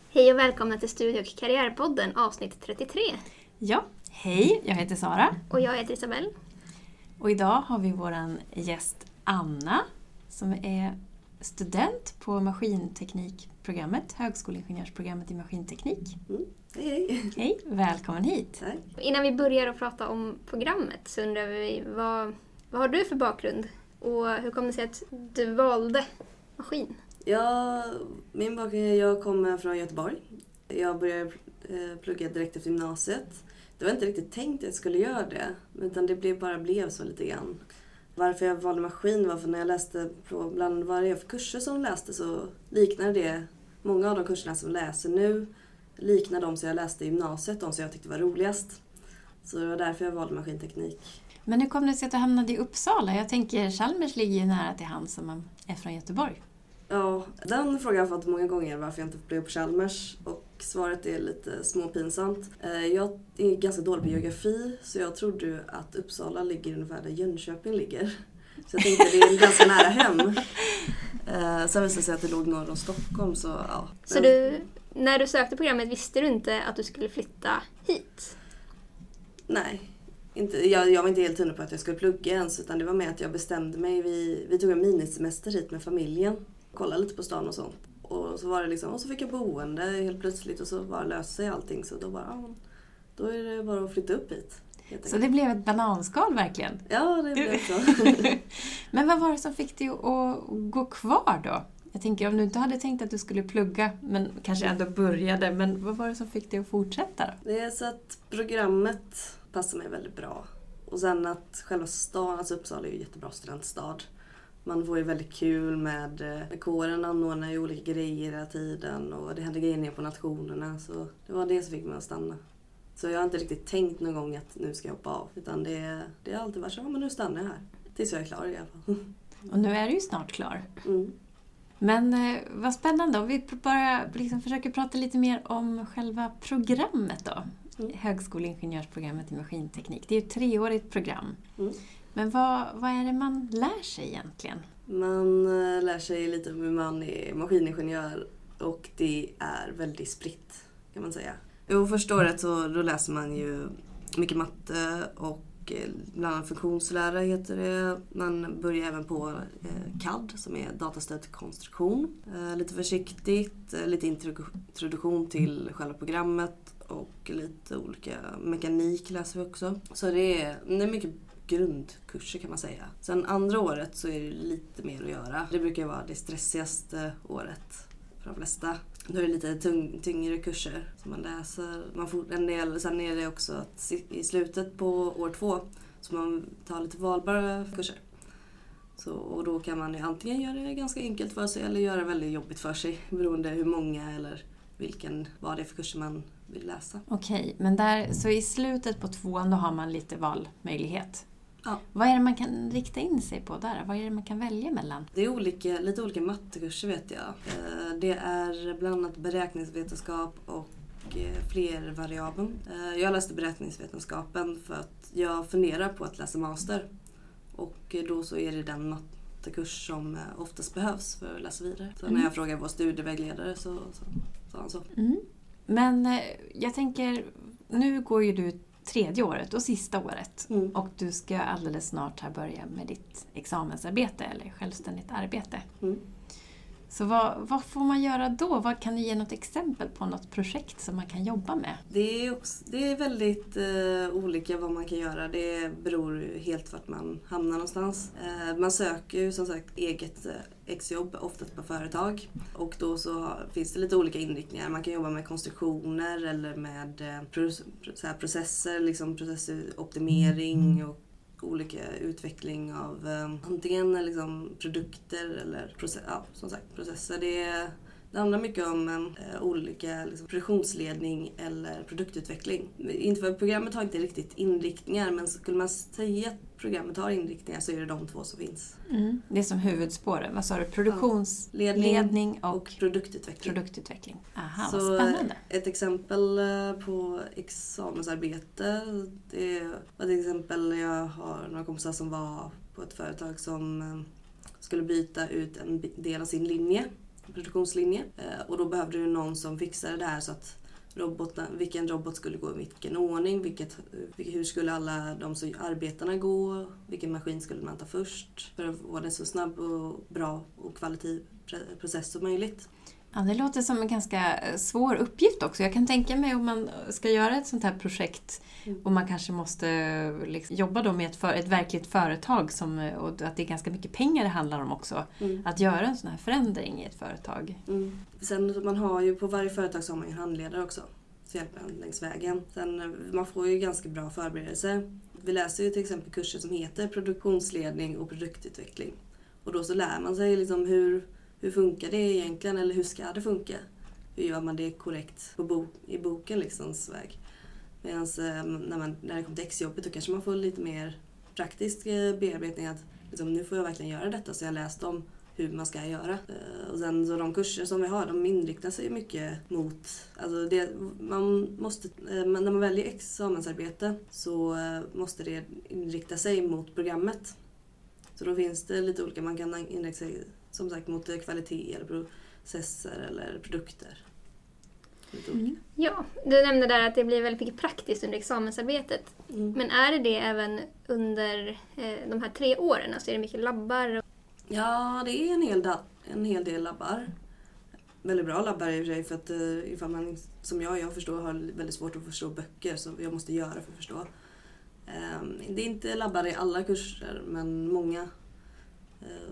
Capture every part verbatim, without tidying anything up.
Hej och välkomna till Studie- och karriärpodden avsnitt trettiotre. Ja, hej, jag heter Sara. Och jag heter Isabelle. Och idag har vi våran gäst Anna som är student på maskinteknikprogrammet, högskoleingenjörsprogrammet i maskinteknik. Mm. Hej, hej. Hej, välkommen hit. Tack. Innan vi börjar att prata om programmet så undrar vi vad, vad har du för bakgrund? Och hur kom det sig att du valde maskin? Ja, min bakgrund, jag kommer från Göteborg. Jag började eh, plugga direkt efter gymnasiet. Det var inte riktigt tänkt att jag skulle göra det, utan det blev, bara blev så lite grann. Varför jag valde maskin var för när jag läste på, bland vad det är för kurser som jag läste så liknade det, många av de kurserna som jag läser nu liknar de som jag läste i gymnasiet, de som jag tyckte var roligast. Så det var därför jag valde maskinteknik. Men hur kom det sig att du hamnade i Uppsala? Jag tänker, Chalmers ligger ju nära till hands som man är från Göteborg. Ja, den frågan har jag fått många gånger varför jag inte blev på Chalmers och svaret är lite småpinsamt. Jag är ganska dålig på geografi så jag trodde att Uppsala ligger ungefär där Jönköping ligger. Så jag tänkte att det är ganska nära hem. Sen visade det sig att det låg norr om Stockholm. Så, ja. Så du, när du sökte programmet visste du inte att du skulle flytta hit? Nej, inte, jag, jag var inte helt hundra på att jag skulle plugga ens utan det var med att jag bestämde mig. Vi, vi tog en minisemester hit med familjen. Kollade lite på stan och sånt. Och så var det liksom, och så fick jag boende helt plötsligt och så bara löste sig allting. Så då bara, ja, då är det bara att flytta upp hit. Så det blev ett bananskal verkligen? Ja, det blev så. Men vad var det som fick dig att gå kvar då? Jag tänker om du inte hade tänkt att du skulle plugga, men kanske ändå började. Men vad var det som fick dig att fortsätta då? Det är så att programmet passar mig väldigt bra. Och sen att själva stan, alltså Uppsala är ju en jättebra studentstad. Man får ju väldigt kul med, med kåren, anordnar ju olika grejer hela tiden och det händer grejer ner på nationerna. Så det var det som fick mig att stanna. Så jag har inte riktigt tänkt någon gång att nu ska jag hoppa av. Utan det, det har alltid varit så, ja, men nu stannar jag här. Tills jag är klar i alla fall. Och nu är du ju snart klar. Mm. Men eh, vad spännande, om vi bara liksom försöker prata lite mer om själva programmet då. Mm. Högskoleingenjörsprogrammet i maskinteknik. Det är ju ett treårigt program. Mm. Men vad, vad är det man lär sig egentligen? Man äh, lär sig lite om hur man är maskiningenjör och det är väldigt spritt kan man säga. Jo, första året så då läser man ju mycket matte och eh, bland annat funktionslära heter det. Man börjar även på eh, C A D som är datastöd till konstruktion. Eh, lite försiktigt, eh, lite introduktion till själva programmet och lite olika mekanik läser vi också. Så det är, det är mycket grundkurser kan man säga. Sen andra året så är det lite mer att göra. Det brukar vara det stressigaste året för de flesta. Då är det lite tung, tyngre kurser som man läser. Man får en del, sen är det också att i slutet på år två så man tar lite valbara kurser. Så, och då kan man antingen göra det ganska enkelt för sig eller göra det väldigt jobbigt för sig beroende hur många eller vilken, vad det är för kurser man vill läsa. Okej, men där, så i slutet på tvåan då har man lite valmöjlighet. Ja. Vad är det man kan rikta in sig på där? Vad är det man kan välja mellan? Det är olika, lite olika mattekurser vet jag. Det är bland annat beräkningsvetenskap och flervariabeln. Jag läste beräkningsvetenskapen för att jag funderar på att läsa master. Och då så är det den mattekurs som oftast behövs för att läsa vidare. Så mm. när jag frågar vår studievägledare så sa han så. Mm. Men jag tänker, nu går ju du tredje året och sista året. Mm. Och du ska alldeles snart här börja med ditt examensarbete eller självständigt arbete. Mm. Så vad, vad får man göra då? Vad, kan du ge något exempel på något projekt som man kan jobba med? Det är, också, det är väldigt eh, olika vad man kan göra. Det beror helt vart man hamnar någonstans. Eh, man söker ju som sagt eget eh, exjobb, oftast på företag. Och då så finns det lite olika inriktningar. Man kan jobba med konstruktioner eller med eh, pro, så här processer, liksom processoptimering och olika utveckling av eh, antingen liksom produkter eller process, ja, som sagt, processer. Det, det handlar mycket om eh, olika liksom, produktionsledning eller produktutveckling. Inte för programmet har inte riktigt inriktningar, men skulle man säga att programmet har inriktningar så är det de två som finns. Mm. Det är som huvudspåren. Vad sa du? Produktionsledning ja. Ledning och, och produktutveckling. produktutveckling. Aha, så vad spännande. Ett exempel på examensarbete, det var till exempel jag har några kompisar som var på ett företag som skulle byta ut en del av sin linje. produktionslinje. Och då behövde du någon som fixade det här så att roboten, vilken robot skulle gå i vilken ordning, vilket, hur skulle alla de som arbetarna gå, vilken maskin skulle man ta först för att vara det så snabb och bra och kvalitativ process som möjligt. Ja, det låter som en ganska svår uppgift också. Jag kan tänka mig om man ska göra ett sånt här projekt mm. och man kanske måste liksom jobba då med ett, för, ett verkligt företag som, och att det är ganska mycket pengar det handlar om också. Mm. Att göra en sån här förändring i ett företag. Mm. Sen man har ju på varje företag så har man ju handledare också. Så hjälper en längs vägen. Sen man får ju ganska bra förberedelse. Vi läser ju till exempel kurser som heter produktionsledning och produktutveckling. Och då så lär man sig liksom hur Hur funkar det egentligen eller hur ska det funka? Hur gör man det korrekt på bok, i boken liksom väg? Medan när, man, när det kommer till exjobbet då kanske man får lite mer praktisk bearbetning att liksom, nu får jag verkligen göra detta så jag har läst om hur man ska göra. Och sen så de kurser som vi har de inriktar sig mycket mot, alltså det, man måste, när man väljer examensarbete så måste det inrikta sig mot programmet. Så då finns det lite olika, man kan inrikta sig som sagt mot kvalitet eller processer eller produkter. Mm. Ja, du nämnde där att det blir väldigt mycket praktiskt under examensarbetet. Mm. Men är det det även under eh, de här tre åren? Alltså är det mycket labbar? Ja, det är en hel, da- en hel del labbar. Väldigt bra labbar i och för sig för att eh, ifall man, som jag, jag förstår, har väldigt svårt att förstå böcker så jag måste göra för att förstå. Eh, det är inte labbar i alla kurser men många. Eh,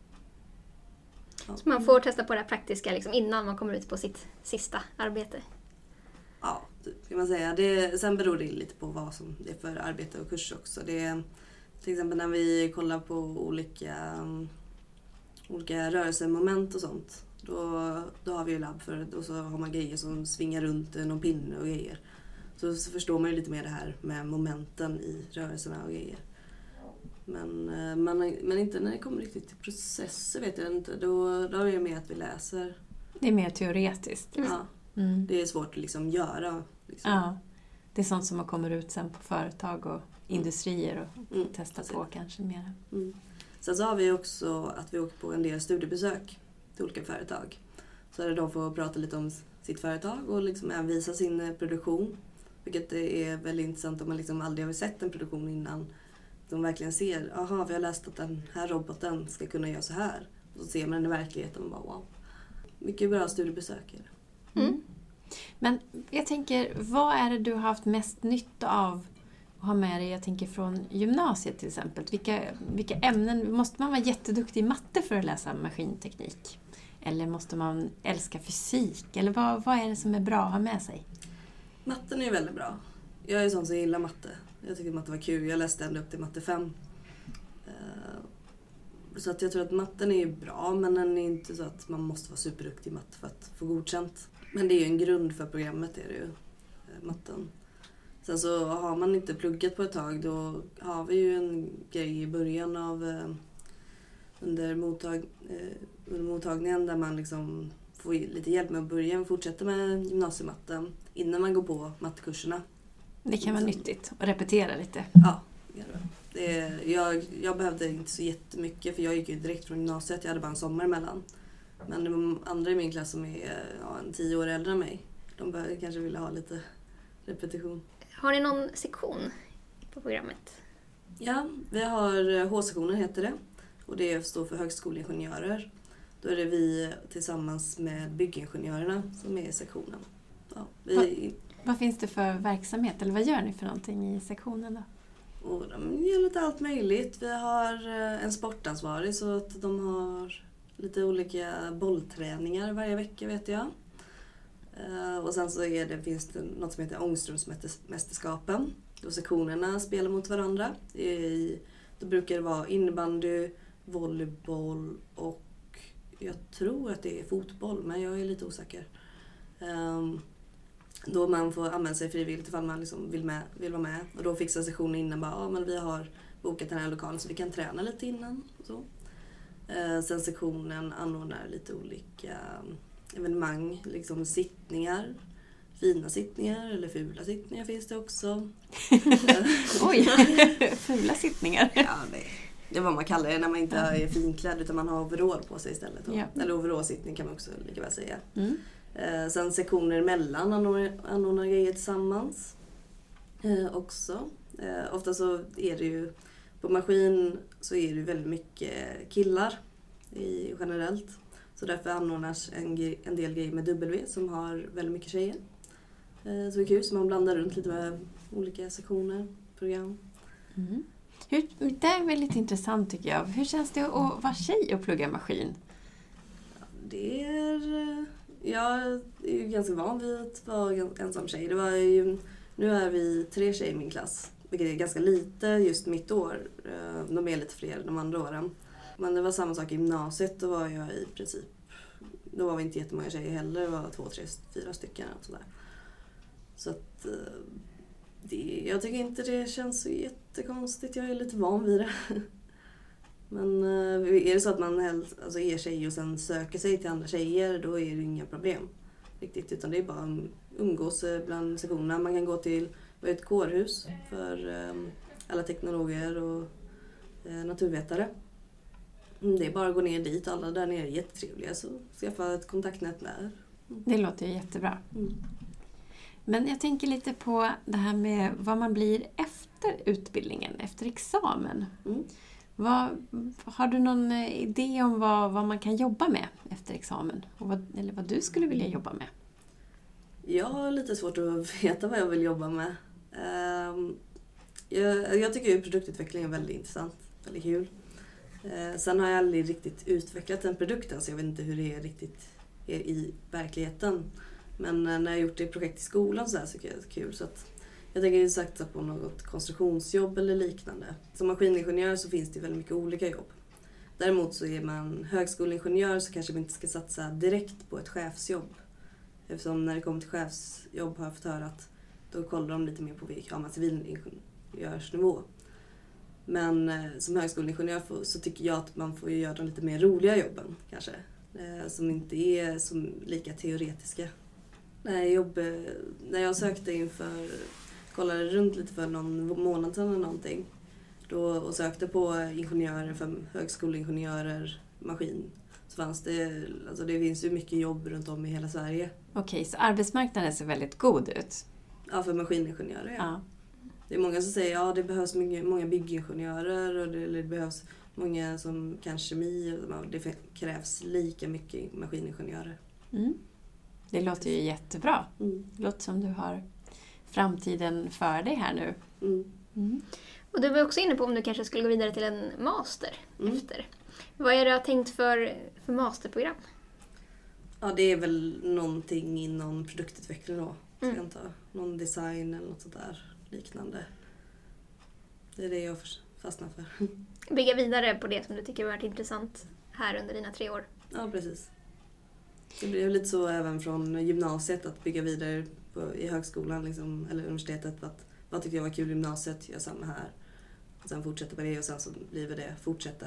Så man får testa på det praktiska liksom, innan man kommer ut på sitt sista arbete? Ja, det kan man säga. Det, sen beror det lite på vad som det är för arbete och kurs också. Det är, till exempel när vi kollar på olika, olika rörelsemoment och sånt. Då, då har vi ju labb för det och så har man grejer som svingar runt någon pinne och grejer. Så, så förstår man ju lite mer det här med momenten i rörelserna och grejer. Men, man, men inte när det kommer riktigt till processer vet jag inte. Då, då är det mer att vi läser. Det är mer teoretiskt. Mm. Ja, mm. Det är svårt att liksom göra. Liksom. Ja, det är sånt som man kommer ut sen på företag och industrier och mm. testar på mm. kanske mer. Mm. Sen så har vi också att vi åker på en del studiebesök till olika företag. Så är det de får prata lite om sitt företag och liksom även visa sin produktion. Vilket är väldigt intressant om man liksom aldrig har sett en produktion innan. De verkligen ser, aha, vi har läst att den här roboten ska kunna göra så här. Och så ser man den i verkligheten och bara wow. Mycket bra studiebesökare. Mm. Men jag tänker, vad är det du har haft mest nytta av att ha med dig, jag tänker från gymnasiet till exempel? Vilka, vilka ämnen, måste man vara jätteduktig i matte för att läsa maskinteknik? Eller måste man älska fysik? Eller vad, vad är det som är bra att ha med sig? Matten är ju väldigt bra. Jag är sån som gillar matte. Jag tycker att matte var kul. Jag läste ända upp till matte fem. Så att jag tror att matten är bra, men den är inte så att man måste vara superduktig i matte för att få godkänt. Men det är ju en grund för programmet, är det ju, matten. Sen så har man inte pluggat på ett tag, då har vi ju en grej i början av under, mottag, under mottagningen där man liksom får lite hjälp med att börja och fortsätta med gymnasiematten innan man går på mattekurserna. Det kan vara nyttigt att repetera lite. Ja, det är det. Det är, jag, jag behövde inte så jättemycket för jag gick ju direkt från gymnasiet. Jag hade bara en sommar emellan. Men de andra i min klass som är ja, en tio år äldre än mig, de bör, kanske ville ha lite repetition. Har ni någon sektion på programmet? Ja, vi har H-sektionen heter det. Och det står för högskoleingenjörer. Då är det vi tillsammans med byggingenjörerna som är i sektionen. Ja, vi, vad, vad finns det för verksamhet eller vad gör ni för någonting i sektionen då? Och de gör lite allt möjligt. Vi har en sportansvarig så att de har lite olika bollträningar varje vecka vet jag. Och sen så är det, finns det något som heter Ångströmsmästerskapen. Då sektionerna spelar mot varandra. I, då brukar det vara innebandy, volleyboll och jag tror att det är fotboll men jag är lite osäker. Um, då man får använda sig frivilligt ifall man liksom vill, med, vill vara med. Och då fixar sektionen innan bara, ja men vi har bokat den här lokalen så vi kan träna lite innan. Och så. Uh, sen sektionen anordnar lite olika evenemang, liksom sittningar. Fina sittningar eller fula sittningar finns det också. Oj, fula sittningar. Ja, det, Det är vad man kallar det när man inte är finklädd utan man har overall på sig istället. Ja. Eller overallsittning kan man också lika väl säga. Mm. Eh, sen sektioner emellan anordnar grejer tillsammans eh, också. Eh, ofta så är det ju på maskin så är det väldigt mycket killar i, generellt. Så därför anordnas en, en del grejer med W som har väldigt mycket tjejer. Eh, så det är kul så man blandar runt lite med olika sektioner, program. Mm. Hur, det är väldigt intressant tycker jag. Hur känns det att vara tjej och plugga maskin? Det är... Jag är ju ganska van vid att vara ensam tjej. Det var ju, nu är vi tre tjejer i min klass, vilket är ganska lite just mitt år. De är lite fler de andra åren. Men det var samma sak i gymnasiet. Då var jag i princip... Då var vi inte jättemånga tjejer heller. Det var två, tre, fyra stycken. Och sådär. Så att... Det, jag tycker inte det känns så jättekonstigt. Jag är lite van vid det. Men är det så att man helst, alltså är tjej och sen söker sig till andra tjejer, då är det inga problem riktigt. Utan det är bara att umgås bland sektionerna. Man kan gå till ett kårhus för um, alla teknologer och uh, naturvetare. Det är bara att gå ner dit. Alla där nere är jättetrevliga. Så skaffa ett kontaktnät där. Mm. Det låter ju jättebra. Mm. Men jag tänker lite på det här med vad man blir efter utbildningen, efter examen. Mm. Vad, har du någon idé om vad, vad man kan jobba med efter examen? Och vad, eller vad du skulle vilja jobba med? Jag har lite svårt att veta vad jag vill jobba med. Um, jag, jag tycker ju produktutveckling är väldigt intressant, väldigt kul. Uh, sen har jag aldrig riktigt utvecklat den produkten så jag vet inte hur det är riktigt är i verkligheten. Men uh, när jag gjort det i projekt i skolan så här så tycker jag det är kul. Så att jag tänker satsa på något konstruktionsjobb eller liknande. Som maskiningenjör så finns det väldigt mycket olika jobb. Däremot så är man högskoleingenjör så kanske man inte ska satsa direkt på ett chefsjobb. Eftersom när det kommer till chefsjobb har jag fått höra att då kollar de lite mer på ja, man civilingenjörsnivå. Men eh, som högskoleingenjör får, så tycker jag att man får göra de lite mer roliga jobben kanske. Eh, som inte är som lika teoretiska. När jag, jobb, när jag sökte inför, kollade runt lite för någon månad sedan eller någonting. Då, och sökte på ingenjörer, för högskoleingenjörer, maskin. Så fanns det, alltså det finns ju mycket jobb runt om i hela Sverige. Okej, så arbetsmarknaden ser väldigt god ut? Ja, för maskiningenjörer, ja. Ja. Det är många som säger ja det behövs mycket, många byggingenjörer och det, eller det behövs många som kan kemi. Och det krävs lika mycket maskiningenjörer. Mm. Det låter ju jättebra. Mm. Det låter som du har framtiden för dig här nu. Mm. Mm. Och du var också inne på om du kanske skulle gå vidare till en master Mm. efter. Vad är det du har tänkt för, för masterprogram? Ja, det är väl någonting inom produktutveckling då. Ska Mm. jag inte ha någon design eller något sånt där liknande. Det är det jag fastnar för. Bygga vidare på det som du tycker har varit intressant här under dina tre år. Ja, precis. Det blir ju lite så även från gymnasiet att bygga vidare på, i högskolan liksom, eller universitetet. Att, vad tyckte jag var kul i gymnasiet, gör samma här. Och sen fortsätta på det och sen så blir det fortsätta.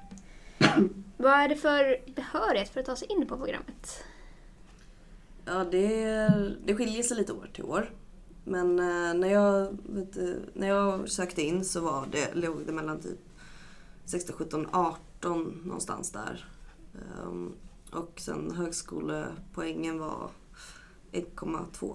Vad är det för behörighet för att ta sig in på programmet? Ja, det, det skiljer sig lite år till år. Men eh, när, jag, vet, när jag sökte in så var det, låg det mellan typ sexton, sjutton, arton någonstans där. Um, och sen högskolepoängen var ett komma två.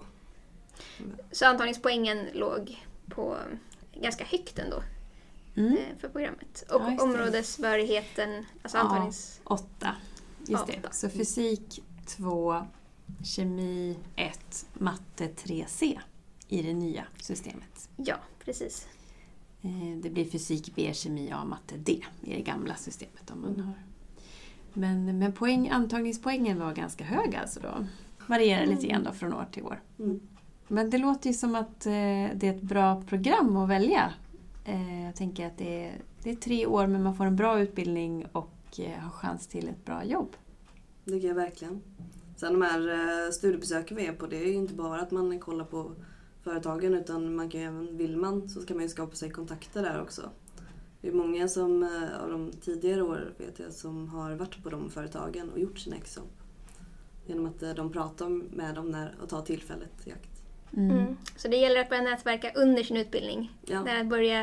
Så antagningspoängen låg på ganska högt ändå Mm. för programmet. Och Ja, just det. områdesbehörigheten, alltså antagnings... Ja, åtta. Just Åtta. det. Så fysik två, kemi ett, matte tre C i det nya systemet. Ja, precis. Eh, Det blir fysik B, kemi A, matte D i det gamla systemet. Om man har. Men, men poäng, antagningspoängen var ganska hög alltså då. Varierar lite grann då från år till år. Mm. Men det låter ju som att eh, det är ett bra program att välja. Eh, jag tänker att det är, det är tre år men man får en bra utbildning och eh, har chans till ett bra jobb. Det tycker jag verkligen. Sen de här eh, studiebesöken vi är på, det är ju inte bara att man kollar på företagen utan man kan ju även, vill man så kan man ju skapa sig kontakter där också. Det är många som eh, av de tidigare år vet jag som har varit på de företagen och gjort sina exam. Genom att eh, de pratar med dem när, och tar tillfället i akt. Mm. Mm. Så det gäller att börja nätverka under sin utbildning. Ja. Det är att börja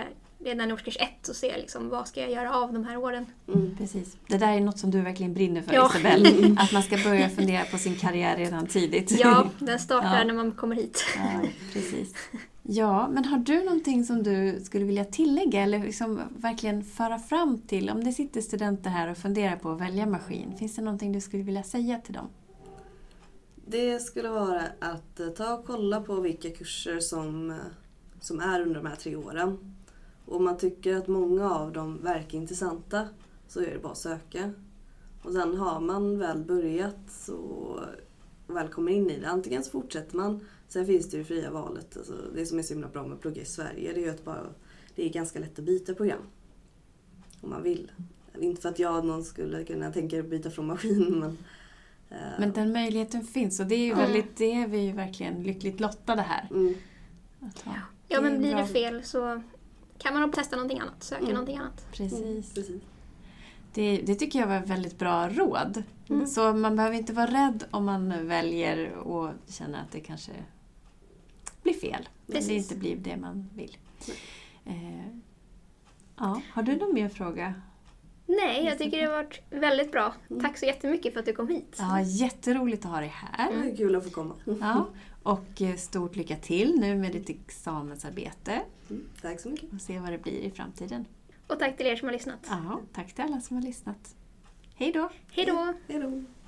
redan i årskurs ett och se liksom, vad ska jag göra av de här åren. Mm. Precis. Det där är något som du verkligen brinner för, ja. Isabelle. Att man ska börja fundera på sin karriär redan tidigt. Ja, den startar ja. när man kommer hit. Ja, precis. Ja, men har du någonting som du skulle vilja tillägga eller liksom verkligen föra fram till? Om det sitter studenter här och funderar på att välja maskin, finns det någonting du skulle vilja säga till dem? Det skulle vara att ta och kolla på vilka kurser som, som är under de här tre åren. Och om man tycker att många av dem verkar intressanta så är det bara att söka. Och sen har man väl börjat så och väl kommer in i det. Antingen så fortsätter man, sen finns det ju fria valet. Alltså det som är så himla bra med att plugga i Sverige det är ju att bara, det är ganska lätt att byta program. Om man vill. Inte för att jag någon skulle kunna tänka byta från maskin men... Men den möjligheten finns och det är ju mm. väldigt, det är vi ju verkligen lyckligt lottade här. Mm. Att ha. Ja, men blir bra... det fel så kan man testa någonting annat, söka mm. någonting annat. Precis. Mm. Precis. Det, det tycker jag var ett väldigt bra råd. Mm. Så man behöver inte vara rädd om man väljer och känner att det kanske blir fel. Precis. Det inte blir det man vill. Mm. Eh, ja. Har du någon mer fråga? Nej, jag tycker det har varit väldigt bra. Tack så jättemycket för att du kom hit. Ja, jätteroligt att ha dig här. Det är kul att få komma. Ja, och stort lycka till nu med ditt examensarbete. Mm, tack så mycket. Och se vad det blir i framtiden. Och tack till er som har lyssnat. Ja, tack till alla som har lyssnat. Hej då! Hej då! Hej då!